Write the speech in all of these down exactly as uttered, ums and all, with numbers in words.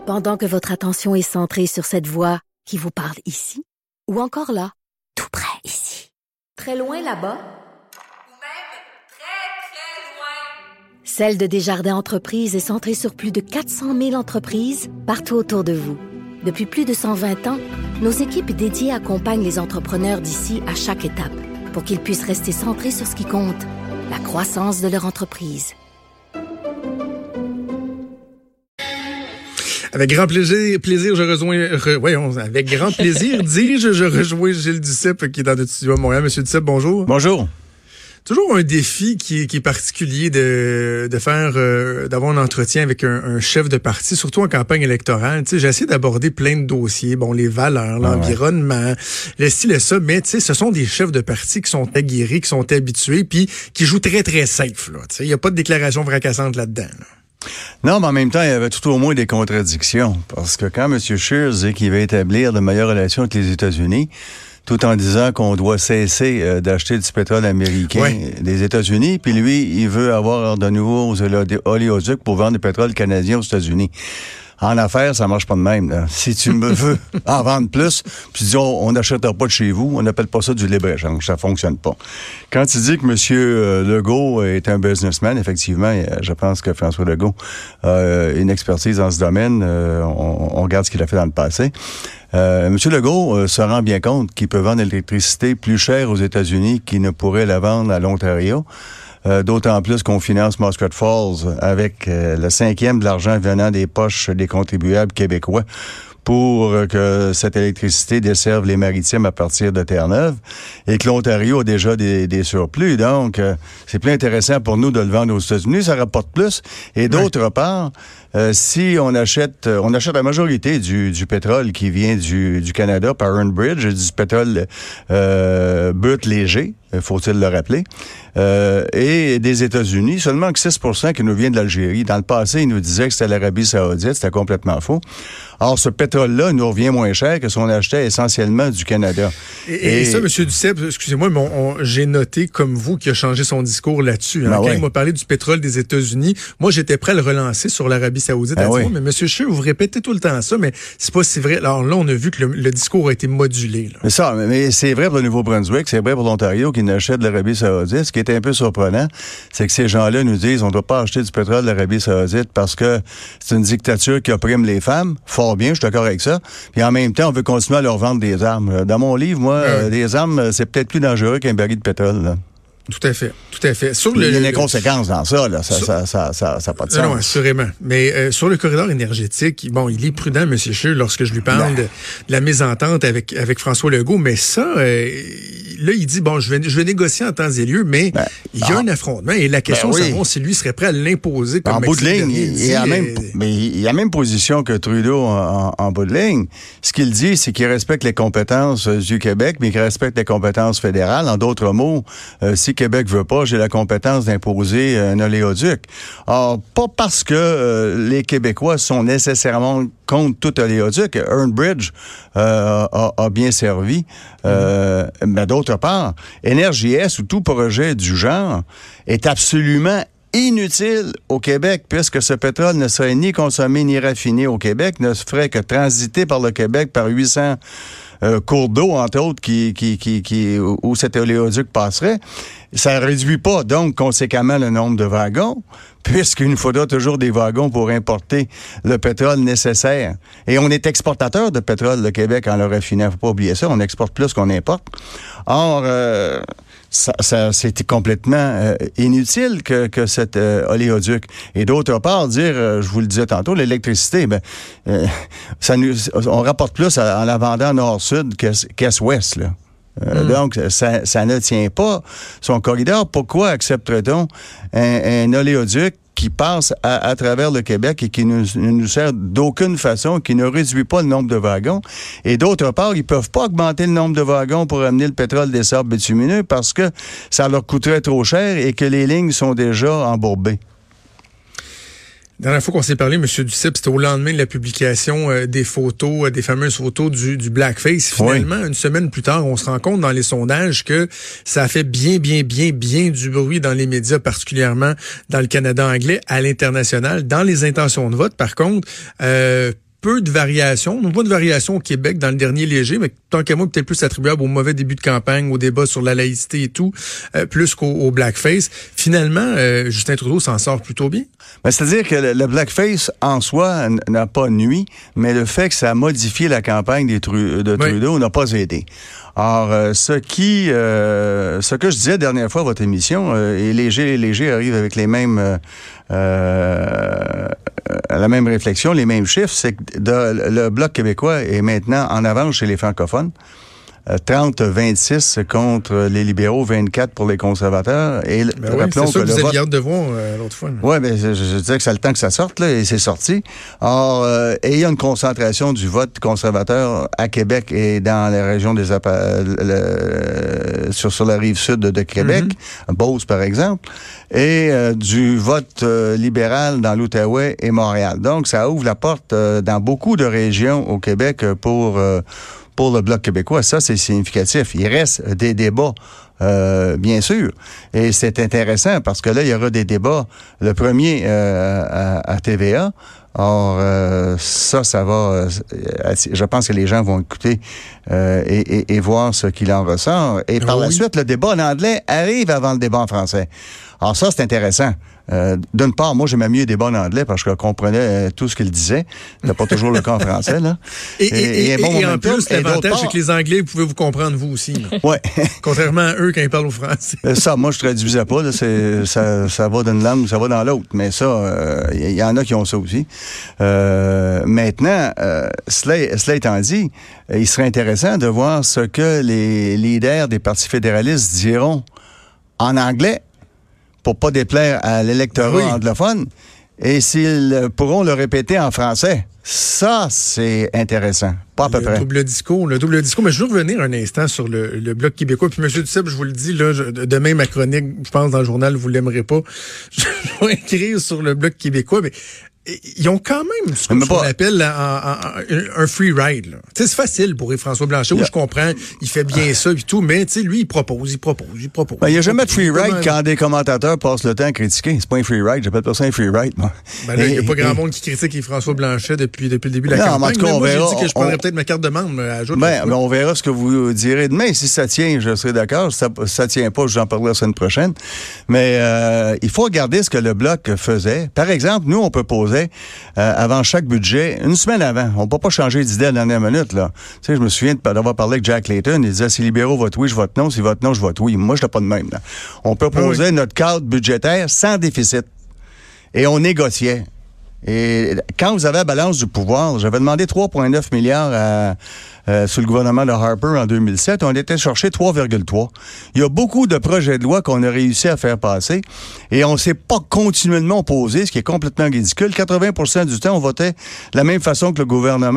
Pendant que votre attention est centrée sur cette voix qui vous parle ici, ou encore là, tout près ici, très loin là-bas, ou même très, très loin, Celle de Desjardins Entreprises est centrée sur plus de quatre cent mille entreprises partout autour de vous. Depuis plus de cent vingt ans, nos équipes dédiées accompagnent les entrepreneurs d'ici à chaque étape pour qu'ils puissent rester centrés sur ce qui compte, la croissance de leur entreprise. Avec grand plaisir, plaisir, je rejoins, re, voyons, avec grand plaisir, dis-je, je rejoins Gilles Duceppe qui est dans notre studio à Montréal. Monsieur Duceppe, bonjour. Bonjour. Toujours un défi qui est, qui est particulier de, de faire, euh, d'avoir un entretien avec un, un chef de parti, surtout en campagne électorale. Tu sais, j'ai essayé d'aborder plein de dossiers, bon, les valeurs, ah l'environnement, ouais. le style et ça, mais tu sais, ce sont des chefs de parti qui sont aguerris, qui sont habitués, puis qui jouent très, très safe, là. Tu sais, il n'y a pas de déclaration fracassante là-dedans, là. Non, mais en même temps, il y avait tout au moins des contradictions. Parce que quand M. Scheer disait qu'il va établir de meilleures relations avec les États-Unis, tout en disant qu'on doit cesser euh, d'acheter du pétrole américain ouais. des États-Unis, puis lui, il veut avoir de nouveaux oléoducs pour vendre du pétrole canadien aux États-Unis. En affaires, ça marche pas de même, là. Si tu me veux en vendre plus, puis dis on n'achètera pas de chez vous, on n'appelle pas ça du libre-échange, ça fonctionne pas. Quand tu dis que M. Legault est un businessman, effectivement, je pense que François Legault a une expertise dans ce domaine. On, on regarde ce qu'il a fait dans le passé. Euh, M. Legault euh, se rend bien compte qu'il peut vendre l'électricité plus chère aux États-Unis qu'il ne pourrait la vendre à l'Ontario. Euh, d'autant plus qu'on finance Muscat Falls avec euh, le cinquième de l'argent venant des poches des contribuables québécois pour euh, que cette électricité desserve les maritimes à partir de Terre-Neuve et que l'Ontario a déjà des, des surplus. Donc, euh, c'est plus intéressant pour nous de le vendre aux États-Unis, ça rapporte plus. Et d'autre part, euh, si on achète euh, on achète la majorité du, du pétrole qui vient du, du Canada par Earnbridge, du pétrole euh, brut léger, faut-il le rappeler, euh, et des États-Unis, seulement que six pour cent qui nous vient de l'Algérie. Dans le passé, ils nous disaient que c'était l'Arabie Saoudite, c'était complètement faux. Or, ce pétrole-là nous revient moins cher que si on achetait essentiellement du Canada. Et, et, et ça, M. Duceppe, excusez-moi, mais on, on, j'ai noté, comme vous, qu'il a changé son discours là-dessus. Hein. Ben Quand ouais. il m'a parlé du pétrole des États-Unis, moi, j'étais prêt à le relancer sur l'Arabie Saoudite. Ben oui. Mais M. Scheer, vous répétez tout le temps ça, mais c'est pas si vrai. Alors là, on a vu que le, le discours a été modulé. Là. Mais ça, mais c'est vrai pour le Nouveau-Brunswick, c'est vrai pour l'Ontario qui n'achète de l'Arabie Saoudite. Ce qui est un peu surprenant, c'est que ces gens-là nous disent on ne doit pas acheter du pétrole de l'Arabie Saoudite parce que c'est une dictature qui opprime les femmes. Fort bien, je suis d'accord avec ça. Puis en même temps, on veut continuer à leur vendre des armes. Dans mon livre, moi, euh, des armes, c'est peut-être plus dangereux qu'un baril de pétrole, là. Tout à fait, tout à fait. Sur le, il y a des le, conséquences dans ça, là. Ça, sur, ça, ça, ça, ça n'a pas de sens. Non, assurément. Mais euh, sur le corridor énergétique, bon, il est prudent, M. Scheer, lorsque je lui parle de, de la mésentente avec avec François Legault. Mais ça, euh, là, il dit bon, je vais je vais négocier en temps et lieu, mais ben, il y a ah, un affrontement et la question, ben oui. savoir si lui serait prêt à l'imposer comme en bout de ligne. Il, dit, il a même, euh, mais il a la même position que Trudeau en, en, en bout de ligne. Ce qu'il dit, c'est qu'il respecte les compétences du Québec, mais qu'il respecte les compétences fédérales. En d'autres mots, euh, si Québec veut pas, j'ai la compétence d'imposer un oléoduc. Or, pas parce que euh, les Québécois sont nécessairement contre tout oléoduc. Earnbridge euh, a, a bien servi. Euh, mm. Mais d'autre part, Énergie Est ou tout projet du genre est absolument inutile au Québec, puisque ce pétrole ne serait ni consommé ni raffiné au Québec, ne ferait que transiter par le Québec par huit cents euh, cours d'eau, entre autres, qui, qui, qui, qui, où cet oléoduc passerait. Ça ne réduit pas, donc, conséquemment, le nombre de wagons, puisqu'il nous faudra toujours des wagons pour importer le pétrole nécessaire. Et on est exportateur de pétrole, le Québec, en le raffinant. Il ne faut pas oublier ça. On exporte plus qu'on importe. Or, euh, ça, ça c'était complètement euh, inutile que, que cet euh, oléoduc. Et d'autre part, dire, euh, je vous le disais tantôt, l'électricité, ben, euh, ça nous, on rapporte plus en la vendant nord-sud qu'est-ouest, là. Euh, mmh. Donc, ça, ça ne tient pas son corridor. Pourquoi accepterait-on un, un oléoduc qui passe à, à travers le Québec et qui ne nous, nous sert d'aucune façon, qui ne réduit pas le nombre de wagons? Et d'autre part, ils peuvent pas augmenter le nombre de wagons pour amener le pétrole des sables bitumineux parce que ça leur coûterait trop cher et que les lignes sont déjà embourbées. La dernière fois qu'on s'est parlé, M. Duceppe, c'était au lendemain de la publication euh, des photos, euh, des fameuses photos du, du blackface. Finalement, oui. Une semaine plus tard, on se rend compte dans les sondages que ça a fait bien, bien, bien, bien du bruit dans les médias, particulièrement dans le Canada anglais, à l'international. Dans les intentions de vote, par contre, euh, peu de variations. On voit de variations au Québec dans le dernier léger, mais tant qu'à moi, peut-être plus attribuable au mauvais début de campagne, au débat sur la laïcité et tout, euh, plus qu'au au blackface. Finalement, euh, Justin Trudeau s'en sort plutôt bien. Ben, c'est-à-dire que le, le blackface, en soi, n- n'a pas nui, mais le fait que ça a modifié la campagne des Tru- de Trudeau oui. n'a pas aidé. Or, euh, ce qui, euh, ce que je disais la dernière fois à votre émission, euh, et Léger, Léger arrive avec les mêmes, euh, euh, la même réflexion, les mêmes chiffres, c'est que de, le Bloc québécois est maintenant en avance chez les francophones. trente vingt-six contre les libéraux, vingt-quatre pour les conservateurs. Et ben oui, c'est ça que, que vous aviez hâte de voir euh, l'autre fois. Oui, mais je, je disais que c'est le temps que ça sorte, là, et c'est sorti. Or, euh, et il y a une concentration du vote conservateur à Québec et dans la région des Appa- le, sur, sur la rive sud de, de Québec, mm-hmm. Beauce par exemple, et euh, du vote euh, libéral dans l'Outaouais et Montréal. Donc, ça ouvre la porte euh, dans beaucoup de régions au Québec pour... Euh, pour le Bloc québécois. Ça, c'est significatif. Il reste des débats, euh, bien sûr. Et c'est intéressant parce que là, il y aura des débats. Le premier euh, à, à T V A. Or, euh, ça, ça va... Euh, je pense que les gens vont écouter euh, et, et, et voir ce qu'il en ressort. Et par oui. la suite, le débat en anglais arrive avant le débat en français. Alors ça, c'est intéressant. Euh, d'une part, moi, j'aimais mieux les débats en anglais parce que je comprenais euh, tout ce qu'ils disaient. C'était pas toujours le cas en français, là. Et, et, et, et, bon et en plus, l'avantage, c'est que les Anglais, vous pouvez vous comprendre, vous aussi. Oui. Contrairement à eux quand ils parlent au français. Ça, moi, je traduisais pas, là. C'est, ça, ça va d'une langue, ça va dans l'autre. Mais ça, il euh, y, y en a qui ont ça aussi. Euh, maintenant, euh, cela, cela étant dit, il serait intéressant de voir ce que les leaders des partis fédéralistes diront en anglais pour pas déplaire à l'électorat oui. anglophone, et s'ils pourront le répéter en français. Ça, c'est intéressant. Pas à peu le près. Double discours, le double discours. Mais je veux revenir un instant sur le, le Bloc québécois. Puis, M. Duceppe, je vous le dis, là, je, demain, ma chronique, je pense, dans le journal, vous l'aimerez pas. Je vais écrire sur le Bloc québécois, mais ils ont quand même ce qu'on pas... appelle un, un, un free ride. Là. C'est facile pour François Blanchet. Yeah. Oui, je comprends, il fait bien ça et tout, mais lui, il propose, il propose, il propose. Ben, il n'y a jamais de free ride comment... quand des commentateurs passent le temps à critiquer. C'est pas un free ride, j'appelle pas ça un free ride. Moi. Ben là, il n'y a pas grand monde qui critique François Blanchet depuis, depuis le début de la non, campagne. En tout cas, mais moi, j'ai dit que je prendrais on... peut-être ma carte de membre à jour. Ben, ben, on verra ce que vous direz demain. Si ça tient, je serai d'accord. Si ça, ça tient pas, j'en parlerai la semaine prochaine. Mais euh, il faut regarder ce que le Bloc faisait. Par exemple, nous, on proposait euh, avant chaque budget, une semaine avant. On ne peut pas changer d'idée à la dernière minute, là. Tu sais, je me souviens d'avoir parlé avec Jack Layton. Il disait, si les libéraux votent oui, je vote non. Si ils votent non, je vote oui. Moi, je n'étais pas de même, là. On proposait oui. notre cadre budgétaire sans déficit. Et on négociait. Et quand vous avez la balance du pouvoir, j'avais demandé trois virgule neuf milliards à, euh, sous le gouvernement de Harper en deux mille sept. On était cherché trois virgule trois. Il y a beaucoup de projets de loi qu'on a réussi à faire passer et on s'est pas continuellement opposé, ce qui est complètement ridicule. quatre-vingts pour cent du temps, on votait de la même façon que le gouvernement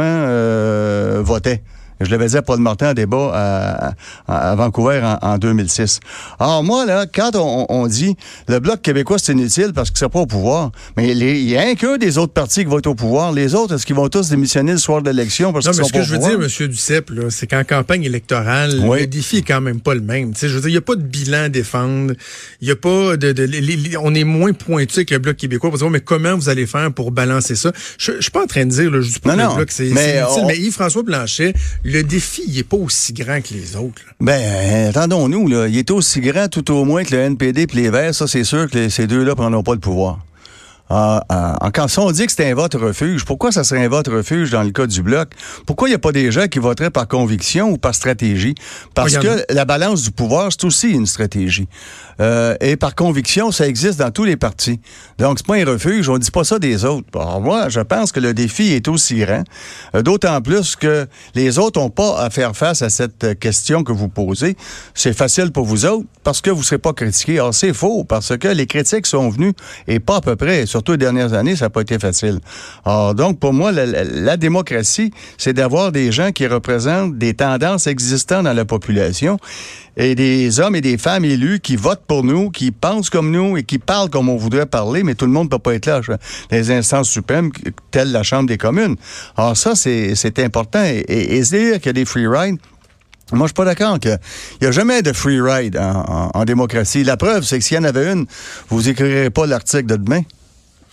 euh, votait. Je l'avais dit à Paul Martin en débat à, à, à Vancouver en, en deux mille six. Alors moi, là, quand on, on dit le Bloc québécois, c'est inutile parce qu'il ne sera pas au pouvoir, mais il y a un qu'un des autres partis qui va être au pouvoir. Les autres, est-ce qu'ils vont tous démissionner le soir de l'élection parce qu'ils sont pas au pouvoir? Non, mais ce que je veux dire, M. Duceppe, là, c'est qu'en campagne électorale, oui. le défi est quand même pas le même. T'sais, je veux dire, il n'y a pas de bilan à défendre. Il n'y a pas de... de les, les, on est moins pointu avec le Bloc québécois pour dire, mais comment vous allez faire pour balancer ça? Je ne suis pas en train de dire, là, je dis pas non, que le Bloc, c'est inutile, on... mais Yves-François Blanchet, le défi, il n'est pas aussi grand que les autres. Là. Ben, attendons-nous, là. Il est aussi grand tout au moins que le N P D et les Verts. Ça, c'est sûr que les, ces deux-là ne prendront pas le pouvoir. Ah, ah, quand on dit que c'est un vote refuge, pourquoi ça serait un vote refuge dans le cas du Bloc? Pourquoi il n'y a pas des gens qui voteraient par conviction ou par stratégie? Parce que la balance du pouvoir, c'est aussi une stratégie. Euh, et par conviction, ça existe dans tous les partis. Donc, c'est pas un refuge, on dit pas ça des autres. Alors, moi, je pense que le défi est aussi grand, euh, d'autant plus que les autres n'ont pas à faire face à cette question que vous posez. C'est facile pour vous autres parce que vous ne serez pas critiqués. Alors, c'est faux, parce que les critiques sont venues, et pas à peu près. Surtout les dernières années, ça n'a pas été facile. Alors, donc, pour moi, la, la, la démocratie, c'est d'avoir des gens qui représentent des tendances existantes dans la population et des hommes et des femmes élus qui votent pour nous, qui pensent comme nous et qui parlent comme on voudrait parler, mais tout le monde ne peut pas être là. Les instances suprêmes, telles la Chambre des communes. Alors ça, c'est, c'est important. Et, et, et dire qu'il y a des free rides, moi, je suis pas d'accord qu'il n'y a jamais de free ride en, en, en démocratie. La preuve, c'est que s'il y en avait une, vous écrirez pas l'article de demain.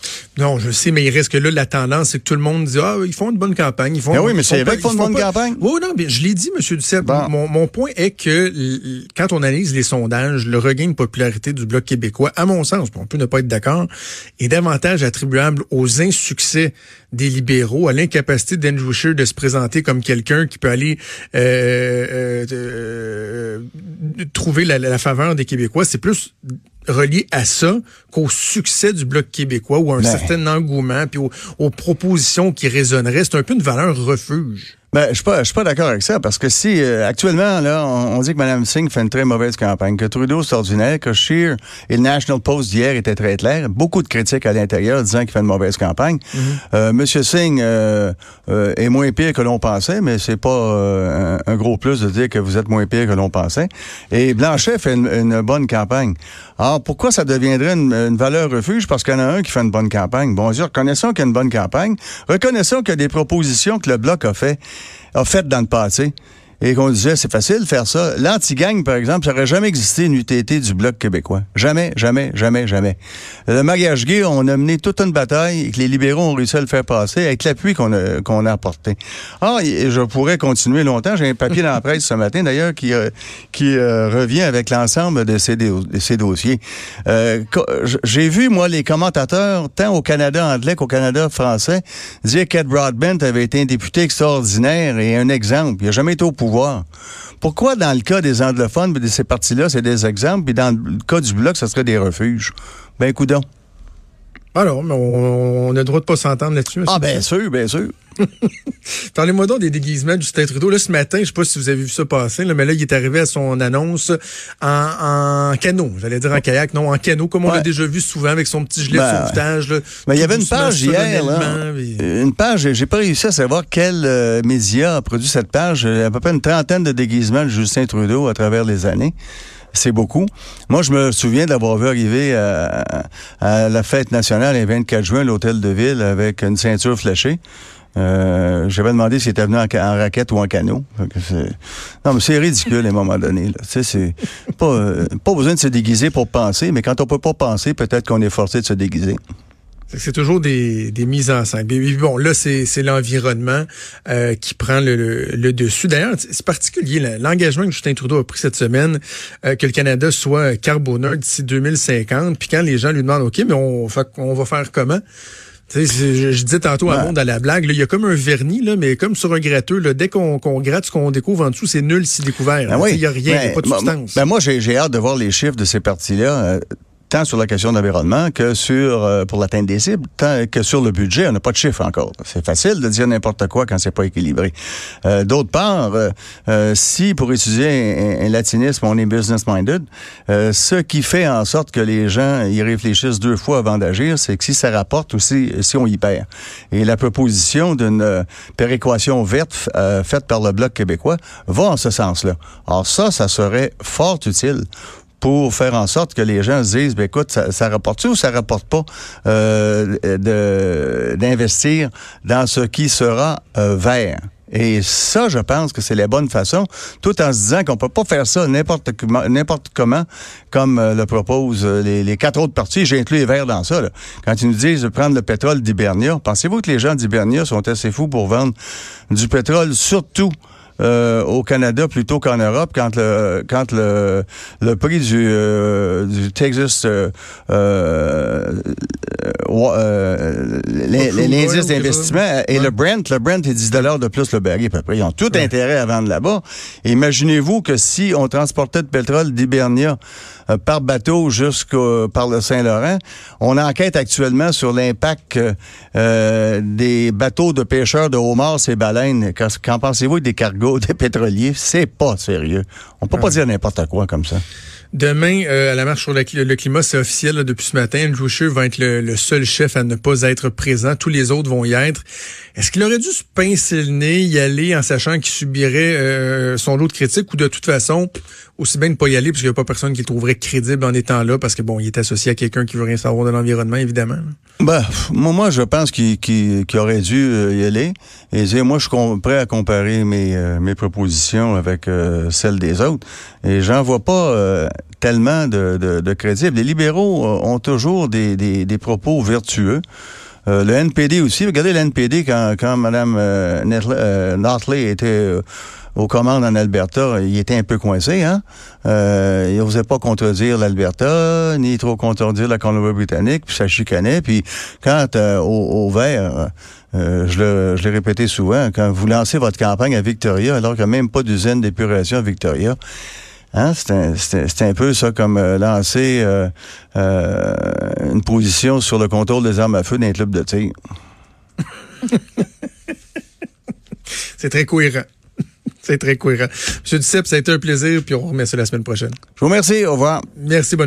Non, je sais, mais il reste que là, la tendance, c'est que tout le monde dit, ah, ils font une bonne campagne. Ils font, ben oui, mais ils c'est font vrai pas, qu'ils font une font bonne pas... campagne. Oui, non, mais je l'ai dit, M. Duceppe. Bon. Mon, mon point est que l- quand on analyse les sondages, le regain de popularité du Bloc québécois, à mon sens, on peut ne pas être d'accord, est davantage attribuable aux insuccès des libéraux, à l'incapacité d'Andrew Scheer de se présenter comme quelqu'un qui peut aller euh, euh, euh, trouver la, la faveur des Québécois. C'est plus relié à ça qu'au succès du Bloc québécois ou à un ben. certain engouement puis aux, aux propositions qui résonneraient. C'est un peu une valeur refuge. Ben, je suis pas, je suis pas d'accord avec ça, parce que si, euh, actuellement, là, on, on dit que Mme Singh fait une très mauvaise campagne, que Trudeau c'est ordinaire, que Scheer et le National Post d'hier étaient très clairs, beaucoup de critiques à l'intérieur disant qu'il fait une mauvaise campagne. Mm-hmm. Euh, M. Singh euh, euh, est moins pire que l'on pensait, mais c'est pas euh, un, un gros plus de dire que vous êtes moins pire que l'on pensait. Et Blanchet fait une, une bonne campagne. Alors, pourquoi ça deviendrait une, une valeur refuge? Parce qu'il y en a un qui fait une bonne campagne. Bon, reconnaissons qu'il y a une bonne campagne. Reconnaissons qu'il y a des propositions que le Bloc a fait, a faites dans le passé. Et qu'on disait, c'est facile de faire ça. L'anti-gang, par exemple, ça n'aurait jamais existé une U T T du Bloc québécois. Jamais, jamais, jamais, jamais. Le mariage gay, on a mené toute une bataille et que les libéraux ont réussi à le faire passer avec l'appui qu'on a, qu'on a apporté. Ah, et je pourrais continuer longtemps. J'ai un papier dans la presse ce matin, d'ailleurs, qui, euh, qui euh, revient avec l'ensemble de ces, de ces dossiers. Euh, j'ai vu, moi, les commentateurs, tant au Canada anglais qu'au Canada français, dire qu'Ed Broadbent avait été un député extraordinaire et un exemple. Il n'a jamais été au pouvoir. Pourquoi, dans le cas des anglophones et de ces partis-là, c'est des exemples, puis dans le cas du Bloc, ça serait des refuges? Ben, coudonc. Alors, mais on, on a le droit de pas s'entendre là-dessus. Ah, bien sûr, bien sûr. Parlez-moi donc des déguisements de Justin Trudeau. Là, ce matin, je sais pas si vous avez vu ça passer, là, mais là, il est arrivé à son annonce en, en canot. J'allais dire en kayak, non, en canot, comme on ouais. l'a déjà vu souvent avec son petit gilet ben, de sauvetage. Là, mais il y avait une page hier, là, puis... une page, j'ai pas réussi à savoir quel euh, média a produit cette page. À peu près une trentaine de déguisements de Justin Trudeau à travers les années. C'est beaucoup. Moi, je me souviens d'avoir vu arriver à, à la fête nationale le vingt-quatre juin à l'Hôtel de Ville avec une ceinture fléchée. Euh, j'avais demandé s'il était venu en, en raquette ou en canot. Non, mais c'est ridicule à un moment donné. Là. Tu sais, c'est pas, euh, pas besoin de se déguiser pour penser, mais quand on peut pas penser, peut-être qu'on est forcé de se déguiser. C'est toujours des, des mises en scène. Bon, là, c'est, c'est l'environnement euh, qui prend le, le, le dessus. D'ailleurs, c'est particulier, là, l'engagement que Justin Trudeau a pris cette semaine, euh, que le Canada soit carboneur d'ici deux mille cinquante. Puis quand les gens lui demandent, OK, mais on, fait, on va faire comment? Tu sais, je, je disais tantôt à ouais. Monde à la blague, il y a comme un vernis, là, mais comme sur un gratteux, là, dès qu'on, qu'on gratte, ce qu'on découvre en dessous, c'est nul si découvert. Ben oui. Il n'y a rien, il n'y a pas de substance. Ben moi, j'ai, j'ai hâte de voir les chiffres de ces partis-là. Euh, tant sur la question de l'environnement que sur euh, pour l'atteinte des cibles, tant que sur le budget, on n'a pas de chiffre encore. C'est facile de dire n'importe quoi quand c'est pas équilibré. Euh, d'autre part, euh, euh, si pour étudier un, un latinisme, on est business-minded, euh, ce qui fait en sorte que les gens y réfléchissent deux fois avant d'agir, c'est que si ça rapporte ou si, si on y perd. Et la proposition d'une euh, péréquation verte euh, faite par le Bloc québécois va en ce sens-là. Alors ça, ça serait fort utile pour faire en sorte que les gens se disent, ben écoute, ça, ça rapporte-tu ou ça rapporte pas euh, de, d'investir dans ce qui sera euh, vert? Et ça, je pense que c'est la bonne façon, tout en se disant qu'on peut pas faire ça n'importe comment, n'importe comment, comme euh, le proposent les, les quatre autres partis. J'ai inclus les Verts dans ça. Là. Quand ils nous disent de prendre le pétrole d'Hibernia, pensez-vous que les gens d'Hibernia sont assez fous pour vendre du pétrole, surtout Euh, au Canada plutôt qu'en Europe, quand le quand le le prix du euh, du Texas euh, euh, euh, l'indice d'investissement et ouais. le Brent, le Brent est dix dollars de plus le baril à peu près. Ils ont tout ouais. intérêt à vendre là-bas. Et imaginez-vous que si on transportait de pétrole d'Hibernia euh, par bateau jusqu'au par le Saint-Laurent, on enquête actuellement sur l'impact euh, des bateaux de pêcheurs de homards et baleines. Qu'en, qu'en pensez-vous des cargos des pétroliers? C'est pas sérieux. On peut ah. pas dire n'importe quoi comme ça. Demain, euh, à la marche sur le, le climat, c'est officiel là, depuis ce matin. Andrew Scheer va être le, le seul chef à ne pas être présent. Tous les autres vont y être. Est-ce qu'il aurait dû se pincer le nez, y aller en sachant qu'il subirait euh, son lot de critiques ou de toute façon, aussi bien ne pas y aller parce qu'il n'y a pas personne qui le trouverait crédible en étant là parce que bon, il est associé à quelqu'un qui veut rien savoir de l'environnement, évidemment. Ben, moi, je pense qu'il, qu'il, qu'il aurait dû y aller et dire, moi, je suis prêt à comparer mes, euh, mes propositions avec euh, celles des autres et j'en vois pas... Euh, tellement de, de, de crédible. Les libéraux euh, ont toujours des, des, des propos vertueux. Euh, le N P D aussi. Regardez le N P D quand, quand Mme euh, Netley, euh, Notley était euh, aux commandes en Alberta, il était un peu coincé, hein. Euh, il n'osait pas contredire l'Alberta, ni trop contredire la Colombie-Britannique, puis ça chicanait. Puis quand euh, au, au vert, euh, je, le, je l'ai répété souvent, quand vous lancez votre campagne à Victoria, alors qu'il n'y a même pas d'usine d'épuration à Victoria, hein, c'est un, c'est, c'est un peu ça comme euh, lancer euh, euh, une position sur le contrôle des armes à feu d'un club de tir. C'est très cohérent. C'est très cohérent. Monsieur Duceppe, ça a été un plaisir, puis on remet ça la semaine prochaine. Je vous remercie. Au revoir. Merci, bonne